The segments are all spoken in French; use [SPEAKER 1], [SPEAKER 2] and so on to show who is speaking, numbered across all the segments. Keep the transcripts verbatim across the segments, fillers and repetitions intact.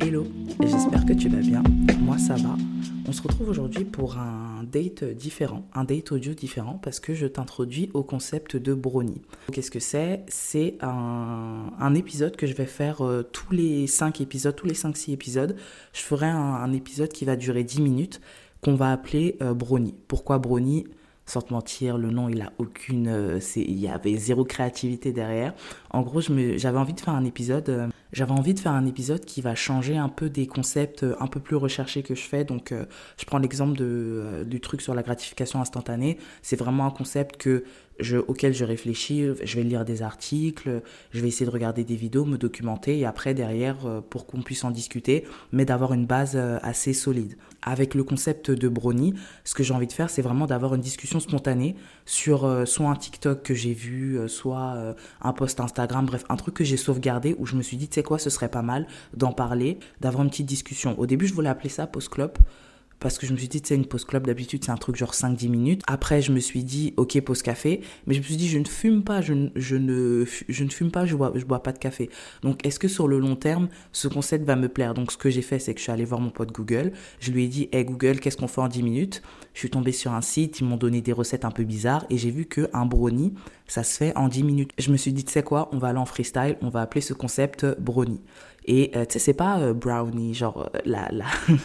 [SPEAKER 1] Hello, j'espère que tu vas bien. Moi ça va. On se retrouve aujourd'hui pour un date différent, un date audio différent parce que je t'introduis au concept de brownie. Qu'est-ce que c'est ? C'est un, un épisode que je vais faire euh, tous les cinq épisodes, tous les cinq six épisodes. Je ferai un, un épisode qui va durer dix minutes qu'on va appeler euh, brownie. Pourquoi brownie ? Sans te mentir, le nom, il a aucune... Euh, c'est, il y avait zéro créativité derrière. En gros, je me, j'avais envie de faire un épisode... Euh, j'avais envie de faire un épisode qui va changer un peu des concepts un peu plus recherchés que je fais. Donc, euh, je prends l'exemple de, euh, du truc sur la gratification instantanée. C'est vraiment un concept que je, auquel je réfléchis. Je vais lire des articles, je vais essayer de regarder des vidéos, me documenter. Et après, derrière, euh, pour qu'on puisse en discuter, mais d'avoir une base euh, assez solide. Avec le concept de brownie, ce que j'ai envie de faire, c'est vraiment d'avoir une discussion spontanée sur euh, soit un TikTok que j'ai vu, euh, soit euh, un post Instagram, bref, un truc que j'ai sauvegardé où je me suis dit, tu sais quoi, ce serait pas mal d'en parler, d'avoir une petite discussion. Au début, je voulais appeler ça pause clope, parce que je me suis dit, tu sais, une pause clope, d'habitude, c'est un truc genre cinq dix minutes. Après, je me suis dit, ok, pause café. Mais je me suis dit, je ne fume pas, je ne, je ne, je ne fume pas, je bois, je bois pas de café. Donc, est-ce que sur le long terme, ce concept va me plaire ? Donc, ce que j'ai fait, c'est que je suis allé voir mon pote Google. Je lui ai dit, hey Google, qu'est-ce qu'on fait en dix minutes ? Je suis tombée sur un site, ils m'ont donné des recettes un peu bizarres et j'ai vu qu'un brownie, ça se fait en dix minutes. Je me suis dit, tu sais quoi, on va aller en freestyle, on va appeler ce concept brownie. Et euh, tu sais, c'est pas euh, brownie, genre euh, la, la,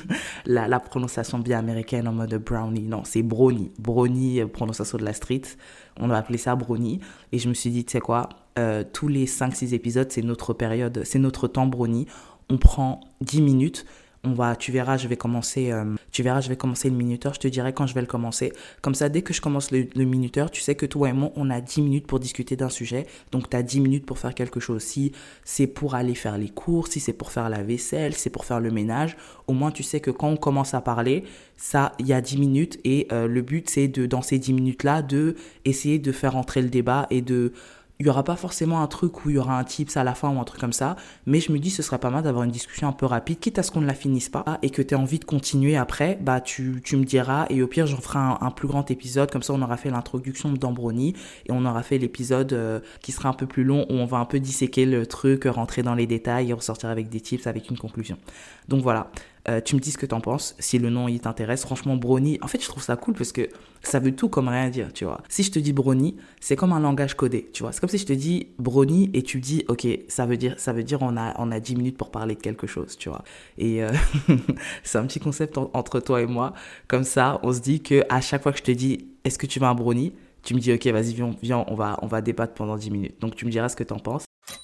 [SPEAKER 1] la, la prononciation bien américaine en mode brownie. Non, c'est brownie. Brownie, euh, prononciation de la street. On a appelé ça brownie. Et je me suis dit, tu sais quoi, euh, tous les cinq six épisodes, c'est notre période, c'est notre temps brownie. On prend dix minutes. On va, tu verras, je vais commencer, euh, tu verras, je vais commencer le minuteur. Je te dirai quand je vais le commencer. Comme ça, dès que je commence le, le minuteur, tu sais que toi et moi, on a dix minutes pour discuter d'un sujet. Donc, tu as dix minutes pour faire quelque chose. Si c'est pour aller faire les courses, si c'est pour faire la vaisselle, si c'est pour faire le ménage, au moins, tu sais que quand on commence à parler, ça, il y a dix minutes et euh, le but, c'est de, dans ces dix minutes-là, de essayer de faire entrer le débat et de... Il n'y aura pas forcément un truc où il y aura un tips à la fin ou un truc comme ça, mais je me dis ce serait pas mal d'avoir une discussion un peu rapide, quitte à ce qu'on ne la finisse pas et que tu aies envie de continuer après, bah tu, tu me diras et au pire j'en ferai un, un plus grand épisode, comme ça on aura fait l'introduction d'Ambroni et on aura fait l'épisode euh, qui sera un peu plus long où on va un peu disséquer le truc, rentrer dans les détails et ressortir avec des tips, avec une conclusion. Donc voilà. Euh, tu me dis ce que t'en penses, si le nom il t'intéresse. Franchement, brownie, en fait, je trouve ça cool parce que ça veut tout comme rien dire, tu vois. Si je te dis brownie, c'est comme un langage codé, tu vois. C'est comme si je te dis brownie et tu dis, ok, ça veut dire, ça veut dire on a, on a dix minutes pour parler de quelque chose, tu vois. Et euh, c'est un petit concept en, entre toi et moi. Comme ça, on se dit que à chaque fois que je te dis, est-ce que tu veux un brownie ? Tu me dis, ok, vas-y, viens, viens on, va, on va débattre pendant dix minutes. Donc, tu me diras ce que t'en penses.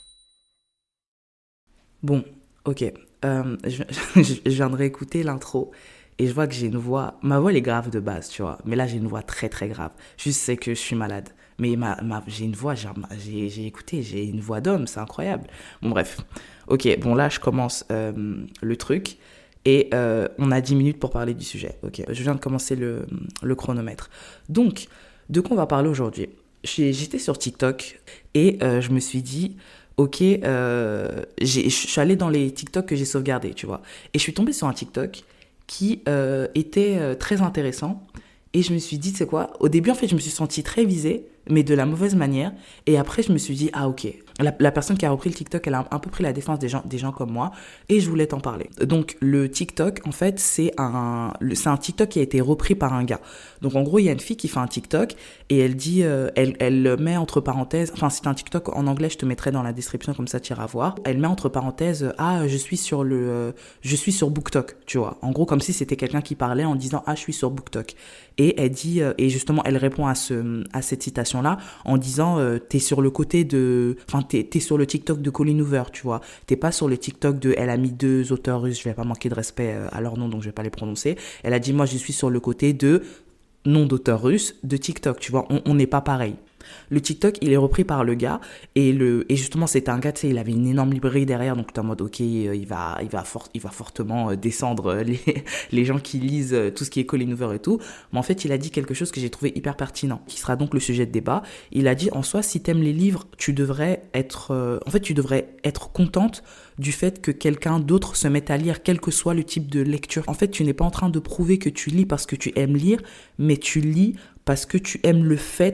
[SPEAKER 1] Bon, ok. Euh, je, je, je viens de réécouter l'intro et je vois que j'ai une voix... Ma voix, elle est grave de base, tu vois. Mais là, j'ai une voix très, très grave. Je sais que je suis malade. Mais ma, ma, j'ai une voix, genre, j'ai, j'ai écouté, j'ai une voix d'homme, c'est incroyable. Bon, bref. Ok, bon, là, je commence euh, le truc. Et euh, on a dix minutes pour parler du sujet. Ok, je viens de commencer le, le chronomètre. Donc, de quoi on va parler aujourd'hui ? J'ai, J'étais sur TikTok et euh, je me suis dit... Ok, euh, j'ai, je suis allée dans les TikTok que j'ai sauvegardés, tu vois. Et je suis tombée sur un TikTok qui euh, était euh, très intéressant. Et je me suis dit, tu sais quoi, au début, en fait, je me suis sentie très visée, mais de la mauvaise manière. Et après, je me suis dit, ah ok, la, la personne qui a repris le TikTok, elle a un peu pris la défense des gens, des gens comme moi. Et je voulais t'en parler. Donc, le TikTok, en fait, c'est un, c'est un TikTok qui a été repris par un gars. Donc, en gros, il y a une fille qui fait un TikTok et elle dit, euh, elle, elle met entre parenthèses, enfin, c'est un TikTok en anglais, je te mettrai dans la description, comme ça, tu iras voir. Elle met entre parenthèses, ah, je suis sur le, euh, je suis sur BookTok, tu vois. En gros, comme si c'était quelqu'un qui parlait en disant, ah, je suis sur BookTok. Et elle dit, euh, et justement, elle répond à ce, à cette citation-là en disant, euh, t'es sur le côté de, enfin, t'es, t'es sur le TikTok de Colleen Hoover, tu vois. T'es pas sur le TikTok de, elle a mis deux auteurs russes, je vais pas manquer de respect à leur nom, donc je vais pas les prononcer. Elle a dit, moi, je suis sur le côté de nom d'auteur russe de TikTok, tu vois. On, on n'est pas pareil. Le TikTok, il est repris par le gars et, le, et justement, c'était un gars, tu sais, il avait une énorme librairie derrière, donc t'es en mode, ok, il va, il va, fort, il va fortement descendre les, les gens qui lisent tout ce qui est Colleen Hoover et tout. Mais en fait, il a dit quelque chose que j'ai trouvé hyper pertinent, qui sera donc le sujet de débat. Il a dit, en soi, si t'aimes les livres, tu devrais être, euh, en fait, tu devrais être contente du fait que quelqu'un d'autre se mette à lire, quel que soit le type de lecture. En fait, tu n'es pas en train de prouver que tu lis parce que tu aimes lire, mais tu lis parce que tu aimes le fait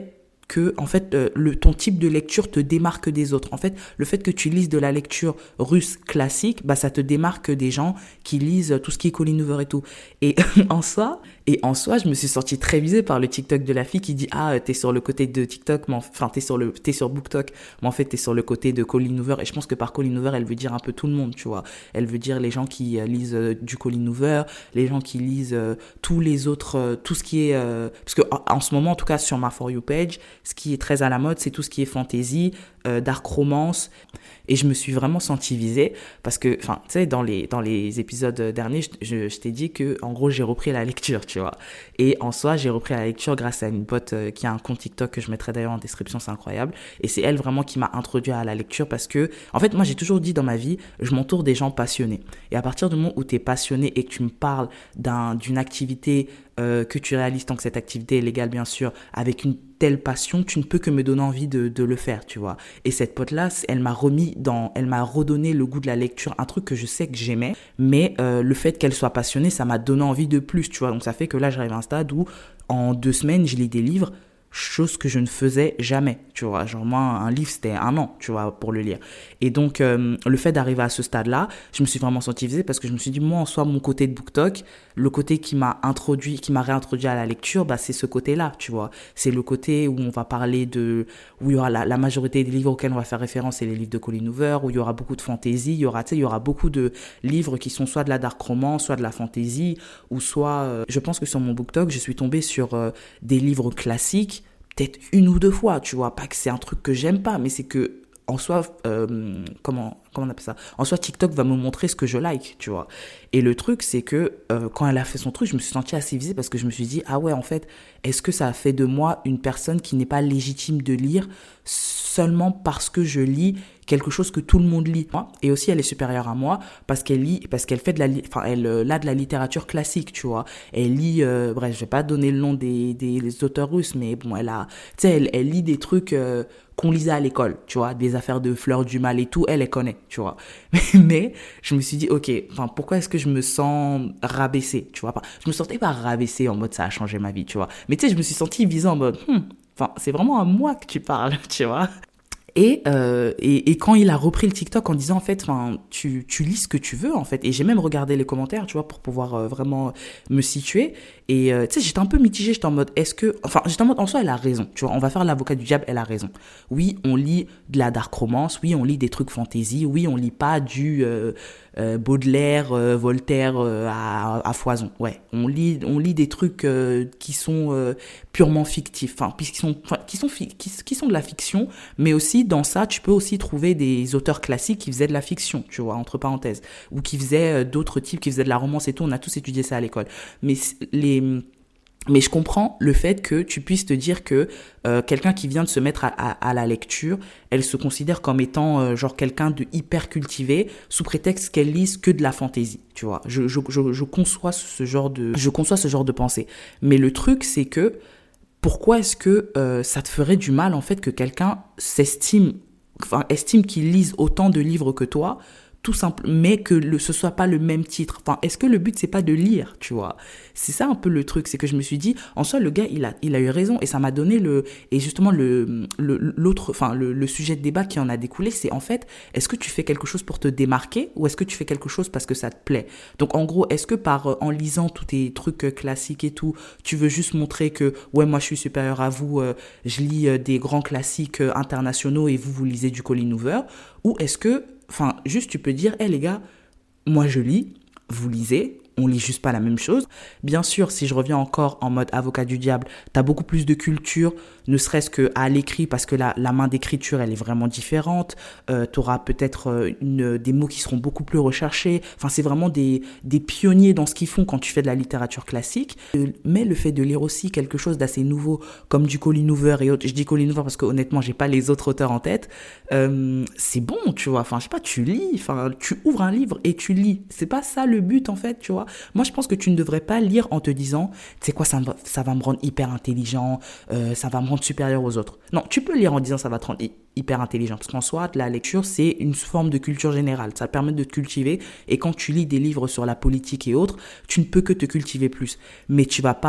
[SPEAKER 1] que en fait euh, le ton type de lecture te démarque des autres. En fait, le fait que tu lises de la lecture russe classique, bah ça te démarque des gens qui lisent tout ce qui est Colleen Hoover et tout. Et en soi, et en soi, je me suis sentie très visée par le TikTok de la fille qui dit ah t'es sur le côté de TikTok, mais enfin t'es sur le t'es sur BookTok, mais en fait t'es sur le côté de Colleen Hoover. Et je pense que par Colleen Hoover, elle veut dire un peu tout le monde, tu vois. Elle veut dire les gens qui euh, lisent euh, du Colleen Hoover, les gens qui lisent euh, tous les autres, euh, tout ce qui est euh, parce que en, en ce moment en tout cas sur ma For You page, ce qui est très à la mode, c'est tout ce qui est fantasy, euh, dark romance. Et je me suis vraiment sentie visée parce que, enfin, tu sais, dans les, dans les épisodes derniers, je, je, je t'ai dit que, en gros, j'ai repris la lecture, tu vois. Et en soi, j'ai repris la lecture grâce à une pote euh, qui a un compte TikTok que je mettrai d'ailleurs en description, c'est incroyable. Et c'est elle vraiment qui m'a introduit à la lecture parce que, en fait, moi, j'ai toujours dit dans ma vie, je m'entoure des gens passionnés. Et à partir du moment où tu es passionné et que tu me parles d'un, d'une activité euh, que tu réalises, tant que cette activité est légale, bien sûr, avec une telle passion, tu ne peux que me donner envie de, de le faire, tu vois. Et cette pote-là, elle m'a remis dans, elle m'a redonné le goût de la lecture, un truc que je sais que j'aimais, mais euh, le fait qu'elle soit passionnée, ça m'a donné envie de plus, tu vois. Donc ça fait que là, j'arrive à un stade où, en deux semaines, je lis des livres, chose que je ne faisais jamais, tu vois. Genre moi, un livre, c'était un an, tu vois, pour le lire. Et donc, euh, le fait d'arriver à ce stade-là, je me suis vraiment sentie visée parce que je me suis dit, moi, en soi, mon côté de BookTok, le côté qui m'a introduit, qui m'a réintroduit à la lecture, bah, c'est ce côté-là, tu vois. C'est le côté où on va parler de, où il y aura la, la majorité des livres auxquels on va faire référence, c'est les livres de Colleen Hoover, où il y aura beaucoup de fantaisie, il y aura, tu sais, il y aura beaucoup de livres qui sont soit de la dark romance, soit de la fantaisie, ou soit, euh, je pense que sur mon BookTok, je suis tombée sur euh, des livres classiques, peut-être une ou deux fois, tu vois, pas que c'est un truc que j'aime pas, mais c'est que, en soi, euh, comment, comment on appelle ça ? En soi, TikTok va me montrer ce que je like, tu vois. Et le truc, c'est que euh, quand elle a fait son truc, je me suis sentie assez visée parce que je me suis dit, ah ouais, en fait, est-ce que ça a fait de moi une personne qui n'est pas légitime de lire seulement parce que je lis quelque chose que tout le monde lit. Et aussi, elle est supérieure à moi parce qu'elle lit, parce qu'elle fait de la, enfin, elle a de la littérature classique, tu vois. Elle lit, euh, bref, je vais pas donner le nom des, des, des auteurs russes, mais bon, elle a, tu sais, elle, elle lit des trucs euh, qu'on lisait à l'école, tu vois, des affaires de Fleur du Mal et tout, elle, elle connaît, tu vois. Mais je me suis dit, ok, enfin, pourquoi est-ce que je me sens rabaissée, tu vois. Je me sentais pas rabaissée en mode ça a changé ma vie, tu vois. Mais tu sais, je me suis sentie visée en mode, hmm, enfin, c'est vraiment à moi que tu parles, tu vois. Et, euh, et, et quand il a repris le TikTok en disant, en fait, tu, tu lis ce que tu veux, en fait. Et j'ai même regardé les commentaires, tu vois, pour pouvoir euh, vraiment me situer. Et euh, tu sais, j'étais un peu mitigée, j'étais en mode, est-ce que... Enfin, j'étais en mode, en soi, elle a raison, tu vois. On va faire l'avocat du diable, elle a raison. Oui, on lit de la dark romance, oui, on lit des trucs fantasy, oui, on lit pas du... Euh, Euh, Baudelaire, euh, Voltaire euh, à, à foison. Ouais, on lit, on lit des trucs euh, qui sont euh, purement fictifs, enfin, qui sont, qui sont, qui, qui sont de la fiction, mais aussi dans ça, tu peux aussi trouver des auteurs classiques qui faisaient de la fiction, tu vois, entre parenthèses, ou qui faisaient euh, d'autres types, qui faisaient de la romance et tout. On a tous étudié ça à l'école. Mais les Mais je comprends le fait que tu puisses te dire que euh, quelqu'un qui vient de se mettre à, à, à la lecture, elle se considère comme étant euh, genre quelqu'un de hyper cultivé sous prétexte qu'elle lise que de la fantaisie, tu vois. Je, je, je, je conçois ce genre de, je conçois ce genre de pensée. Mais le truc, c'est que pourquoi est-ce que euh, ça te ferait du mal en fait que quelqu'un s'estime, enfin estime qu'il lise autant de livres que toi, tout simple, mais que le, ce soit pas le même titre. Enfin, est-ce que le but c'est pas de lire, tu vois? C'est ça un peu le truc, c'est que je me suis dit, en soi, le gars, il a, il a eu raison et ça m'a donné le, et justement le, le l'autre, enfin le, le sujet de débat qui en a découlé, c'est en fait, est-ce que tu fais quelque chose pour te démarquer ou est-ce que tu fais quelque chose parce que ça te plaît? Donc en gros, est-ce que par en lisant tous tes trucs classiques et tout, tu veux juste montrer que ouais, moi je suis supérieur à vous, euh, je lis euh, des grands classiques euh, internationaux et vous vous lisez du Colleen Hoover, ou est-ce que Enfin, juste, tu peux dire, hé hey, les gars, moi je lis, vous lisez, on lit juste pas la même chose. Bien sûr, si je reviens encore en mode avocat du diable, t'as beaucoup plus de culture, ne serait-ce qu'à l'écrit, parce que la, la main d'écriture, elle est vraiment différente. Euh, t'auras peut-être une, des mots qui seront beaucoup plus recherchés. Enfin, c'est vraiment des, des pionniers dans ce qu'ils font quand tu fais de la littérature classique. Mais le fait de lire aussi quelque chose d'assez nouveau, comme du Colleen Hoover et autres, je dis Colleen Hoover parce que honnêtement, j'ai pas les autres auteurs en tête, euh, c'est bon, tu vois. Enfin, je sais pas, tu lis, enfin, tu ouvres un livre et tu lis. C'est pas ça le but, en fait, tu vois. Moi, je pense que tu ne devrais pas lire en te disant, tu sais quoi, ça, ça va me rendre hyper intelligent, euh, ça va me rendre supérieur aux autres. Non, tu peux lire en disant ça va te rendre hyper intelligent, parce qu'en soi, la lecture, c'est une forme de culture générale. Ça te permet de te cultiver, et quand tu lis des livres sur la politique et autres, tu ne peux que te cultiver plus. Mais tu vas pas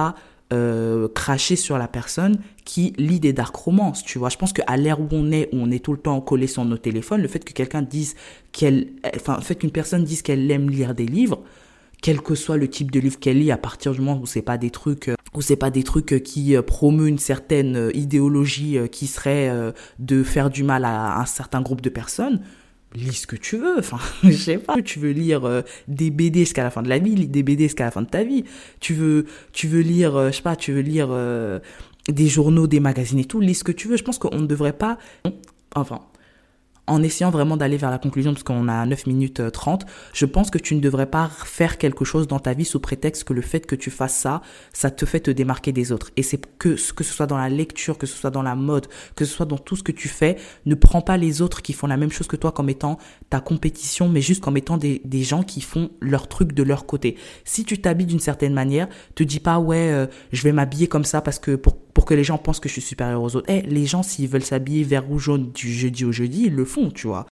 [SPEAKER 1] euh, cracher sur la personne qui lit des dark romances, tu vois. Je pense qu'à l'ère où on est, où on est tout le temps collé sur nos téléphones, le fait que quelqu'un dise qu'elle, enfin, le fait qu'une personne dise qu'elle aime lire des livres, quel que soit le type de livre qu'elle lit, à partir du moment où c'est pas des trucs, où c'est pas des trucs qui promeuvent une certaine idéologie qui serait de faire du mal à un certain groupe de personnes, lis ce que tu veux, enfin, je sais pas, tu veux lire euh, des B D jusqu'à la fin de la vie, lis des B D jusqu'à la fin de ta vie, tu veux, tu veux lire, euh, je sais pas, tu veux lire euh, des journaux, des magazines et tout, lis ce que tu veux, je pense qu'on ne devrait pas, enfin, en essayant vraiment d'aller vers la conclusion, parce qu'on a neuf minutes trente, je pense que tu ne devrais pas faire quelque chose dans ta vie sous prétexte que le fait que tu fasses ça, ça te fait te démarquer des autres. Et c'est que, que ce soit dans la lecture, que ce soit dans la mode, que ce soit dans tout ce que tu fais, ne prends pas les autres qui font la même chose que toi comme étant ta compétition, mais juste comme étant des, des gens qui font leur truc de leur côté. Si tu t'habilles d'une certaine manière, te dis pas, ouais, euh, je vais m'habiller comme ça parce que pour pour que les gens pensent que je suis supérieur aux autres. Eh, les gens, s'ils veulent s'habiller vert ou jaune du jeudi au jeudi, ils le font, tu vois.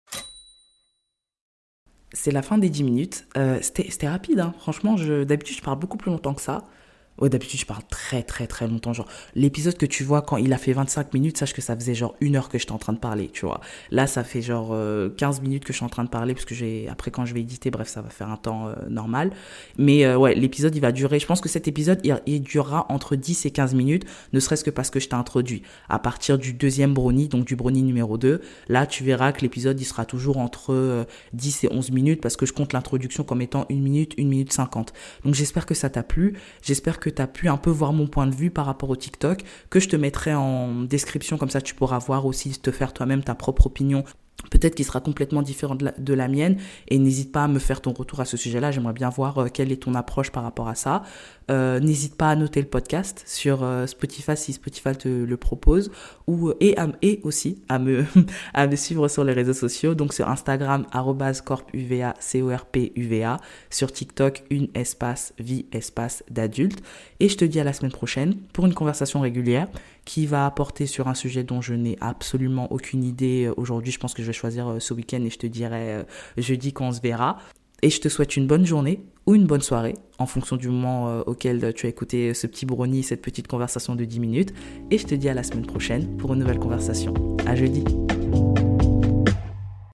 [SPEAKER 1] C'est la fin des dix minutes. Euh, c'était, c'était rapide, hein. Franchement, je, d'habitude, je parle beaucoup plus longtemps que ça. Ouais, d'habitude, je parle très, très, très longtemps. Genre, l'épisode que tu vois quand il a fait vingt-cinq minutes, sache que ça faisait genre une heure que j'étais en train de parler, tu vois. Là, ça fait genre euh, quinze minutes que je suis en train de parler, parce que j'ai, après, quand je vais éditer, bref, ça va faire un temps euh, normal. Mais euh, ouais, l'épisode, il va durer, je pense que cet épisode, il, il durera entre dix et quinze minutes, ne serait-ce que parce que je t'ai introduit. À partir du deuxième brownie, donc du brownie numéro deux, là, tu verras que l'épisode, il sera toujours entre euh, dix et onze minutes, parce que je compte l'introduction comme étant une minute, une minute cinquante. Donc, j'espère que ça t'a plu. J'espère que tu as pu un peu voir mon point de vue par rapport au TikTok, que je te mettrai en description, comme ça tu pourras voir aussi, te faire toi-même ta propre opinion, peut-être qui sera complètement différente de la, de la mienne, et n'hésite pas à me faire ton retour à ce sujet-là. J'aimerais bien voir euh, quelle est ton approche par rapport à ça. Euh, n'hésite pas à noter le podcast sur euh, Spotify si Spotify te le propose, ou et, à, et aussi à me à me suivre sur les réseaux sociaux, donc sur Instagram arobase corpuva, C O R P U V A, sur TikTok une espace vie espace d'adulte, et je te dis à la semaine prochaine pour une conversation régulière qui va apporter sur un sujet dont je n'ai absolument aucune idée aujourd'hui. Je pense que je vais choisir ce week-end et je te dirai jeudi quand on se verra. Et je te souhaite une bonne journée ou une bonne soirée en fonction du moment auquel tu as écouté ce petit brownie, cette petite conversation de dix minutes. Et je te dis à la semaine prochaine pour une nouvelle conversation. À jeudi.